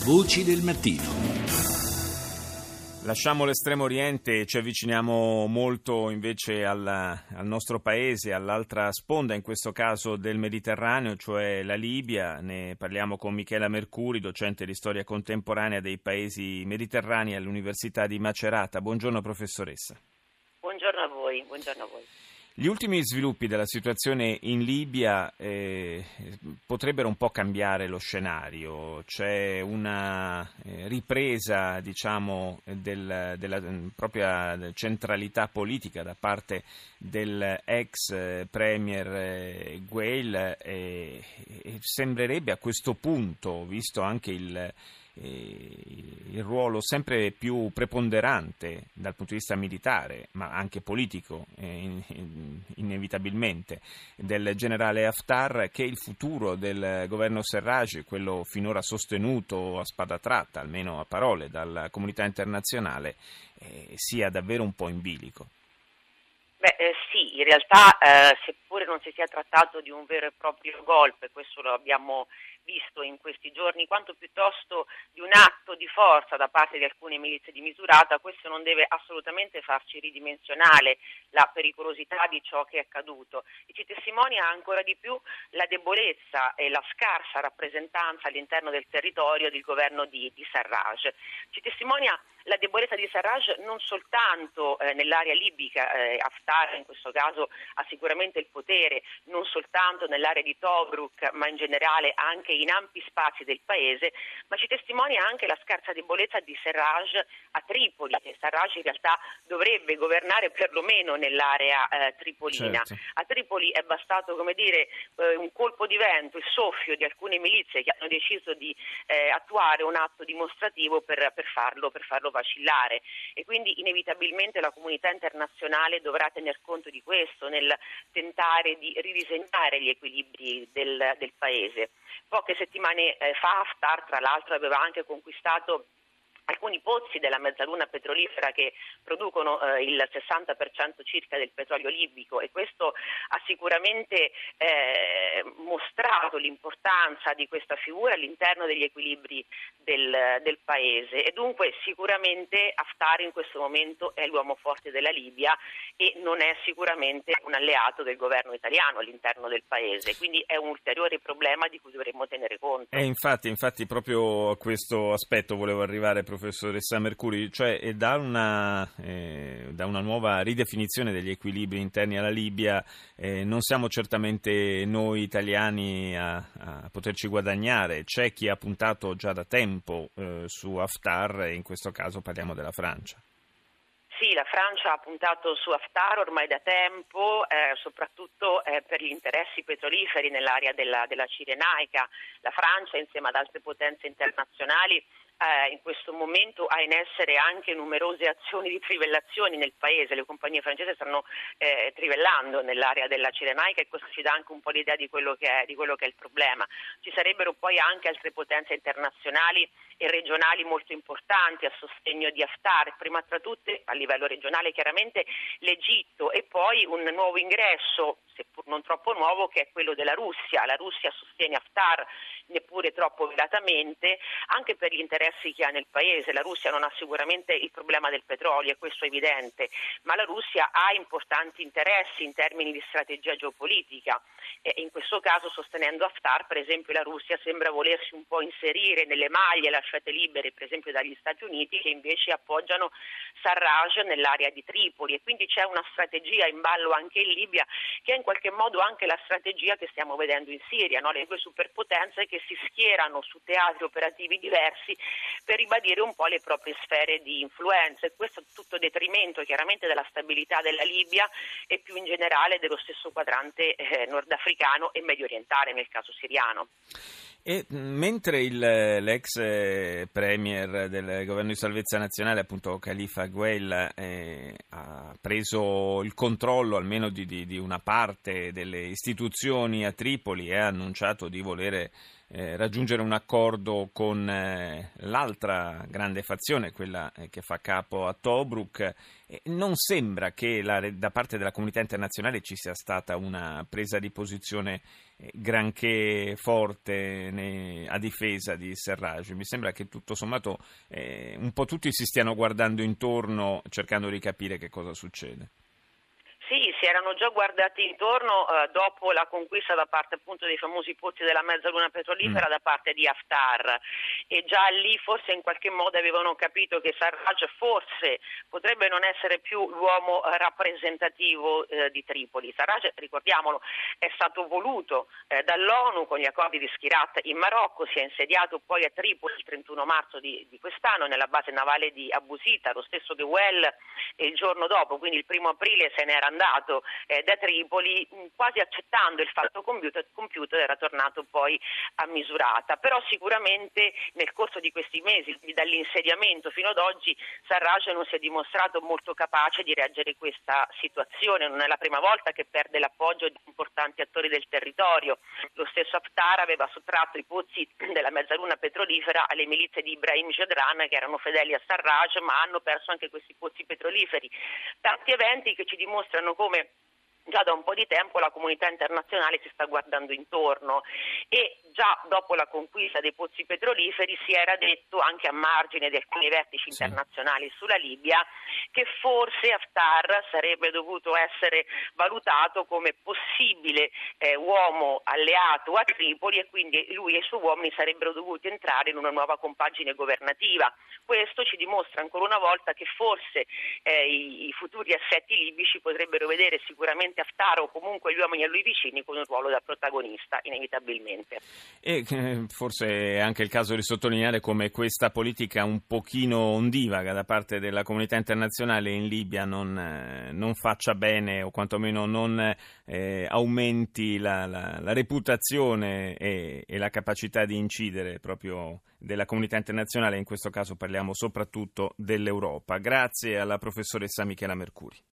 Voci del mattino. Lasciamo l'estremo oriente e ci avviciniamo molto invece al nostro paese, all'altra sponda, in questo caso del Mediterraneo, cioè la Libia. Ne parliamo con Michela Mercuri, docente di storia contemporanea dei paesi mediterranei all'Università di Macerata. Buongiorno professoressa. Buongiorno a voi, buongiorno a voi. Gli ultimi sviluppi della situazione in Libia potrebbero un po' cambiare lo scenario. C'è una ripresa, diciamo, della propria centralità politica da parte dell'ex premier Güell e sembrerebbe a questo punto, visto anche il ruolo sempre più preponderante dal punto di vista militare, ma anche politico, inevitabilmente, del generale Haftar, che il futuro del governo Serraj, quello finora sostenuto a spada tratta, almeno a parole, dalla comunità internazionale, sia davvero un po' in bilico. Sì, in realtà seppure non si sia trattato di un vero e proprio golpe, questo lo abbiamo visto in questi giorni, quanto piuttosto di un atto di forza da parte di alcune milizie di Misurata, questo non deve assolutamente farci ridimensionare la pericolosità di ciò che è accaduto e ci testimonia ancora di più la debolezza e la scarsa rappresentanza all'interno del territorio del governo di Sarraj. Ci testimonia la debolezza di Sarraj non soltanto nell'area libica, Haftar in questo caso ha sicuramente il potere, non soltanto nell'area di Tobruk, ma in generale anche in ampi spazi del paese, ma ci testimonia anche la scarsa debolezza di Sarraj a Tripoli, e Sarraj in realtà dovrebbe governare perlomeno nell'area tripolina. Certo. A Tripoli è bastato, un colpo di vento, il soffio di alcune milizie che hanno deciso di attuare un atto dimostrativo per farlo vacillare, e quindi inevitabilmente la comunità internazionale dovrà tener conto di questo nel tentare di ridisegnare gli equilibri del paese. Poche settimane fa Haftar, tra l'altro, aveva anche conquistato alcuni pozzi della mezzaluna petrolifera che producono il 60% circa del petrolio libico, e questo ha sicuramente mostrato l'importanza di questa figura all'interno degli equilibri del paese, e dunque sicuramente Haftar in questo momento è l'uomo forte della Libia e non è sicuramente un alleato del governo italiano all'interno del paese, quindi è un ulteriore problema di cui dovremmo tenere conto. Infatti proprio a questo aspetto volevo arrivare, professoressa Mercuri, cioè da una nuova ridefinizione degli equilibri interni alla Libia non siamo certamente noi italiani a poterci guadagnare. C'è chi ha puntato già da tempo su Haftar, e in questo caso parliamo della Francia. Sì, la Francia ha puntato su Haftar ormai da tempo, soprattutto per gli interessi petroliferi nell'area della Cirenaica. La Francia, insieme ad altre potenze internazionali, in questo momento ha in essere anche numerose azioni di trivellazioni nel paese. Le compagnie francesi stanno trivellando nell'area della Cirenaica, e questo ci dà anche un po' l'idea di quello che è il problema. Ci sarebbero poi anche altre potenze internazionali e regionali molto importanti a sostegno di Haftar, prima tra tutte a livello regionale chiaramente l'Egitto, e poi un nuovo ingresso, seppur non troppo nuovo, che è quello della Russia. La Russia sostiene Haftar neppure troppo velatamente, anche per gli interessi che ha nel paese. La Russia non ha sicuramente il problema del petrolio, e questo è evidente, ma la Russia ha importanti interessi in termini di strategia geopolitica, e in questo caso, sostenendo Haftar, per esempio, la Russia sembra volersi un po' inserire nelle maglie lasciate libere per esempio dagli Stati Uniti, che invece appoggiano Sarraj nell'area di Tripoli, e quindi c'è una strategia in ballo anche in Libia, che è in qualche modo anche la strategia che stiamo vedendo in Siria, no? Le due superpotenze che si schierano su teatri operativi diversi per ribadire un po' le proprie sfere di influenza, e questo tutto a detrimento chiaramente della stabilità della Libia e più in generale dello stesso quadrante nordafricano e medio orientale nel caso siriano. E mentre l'ex premier del governo di salvezza nazionale, appunto Khalifa Güell, ha preso il controllo almeno di una parte delle istituzioni a Tripoli e ha annunciato di volere raggiungere un accordo con l'altra grande fazione, quella che fa capo a Tobruk. Non sembra che da parte della comunità internazionale ci sia stata una presa di posizione granché forte a difesa di Serraj. Mi sembra che tutto sommato un po' tutti si stiano guardando intorno cercando di capire che cosa succede. Sì, si erano già guardati intorno dopo la conquista da parte appunto dei famosi pozzi della mezzaluna petrolifera da parte di Haftar, e già lì forse in qualche modo avevano capito che Serraj forse potrebbe non essere più l'uomo rappresentativo di Tripoli. Serraj, ricordiamolo, è stato voluto dall'ONU con gli accordi di Skhirat in Marocco, si è insediato poi a Tripoli il 31 marzo di quest'anno nella base navale di Abu Sita, lo stesso Gewel il giorno dopo, quindi il 1 aprile se n'era andato da Tripoli, quasi accettando il fatto compiuto, era tornato poi a Misurata. Però sicuramente nel corso di questi mesi, dall'insediamento fino ad oggi, Serraj non si è dimostrato molto capace di reggere questa situazione. Non è la prima volta che perde l'appoggio di importanti attori del territorio. Lo stesso Haftar aveva sottratto i pozzi della mezzaluna petrolifera alle milizie di Ibrahim Jedran, che erano fedeli a Serraj, ma hanno perso anche questi pozzi petroliferi. Tanti eventi che ci dimostrano come già da un po' di tempo la comunità internazionale si sta guardando intorno, e già dopo la conquista dei pozzi petroliferi si era detto, anche a margine di alcuni vertici internazionali sulla Libia, che forse Haftar sarebbe dovuto essere valutato come possibile uomo alleato a Tripoli, e quindi lui e i suoi uomini sarebbero dovuti entrare in una nuova compagine governativa. Questo ci dimostra ancora una volta che forse i futuri assetti libici potrebbero vedere sicuramente Haftar o comunque gli uomini a lui vicini con un ruolo da protagonista, inevitabilmente. E forse è anche il caso di sottolineare come questa politica un pochino ondivaga da parte della comunità internazionale in Libia non faccia bene, o quantomeno non aumenti la reputazione e la capacità di incidere proprio della comunità internazionale. In questo caso parliamo soprattutto dell'Europa. Grazie alla professoressa Michela Mercuri.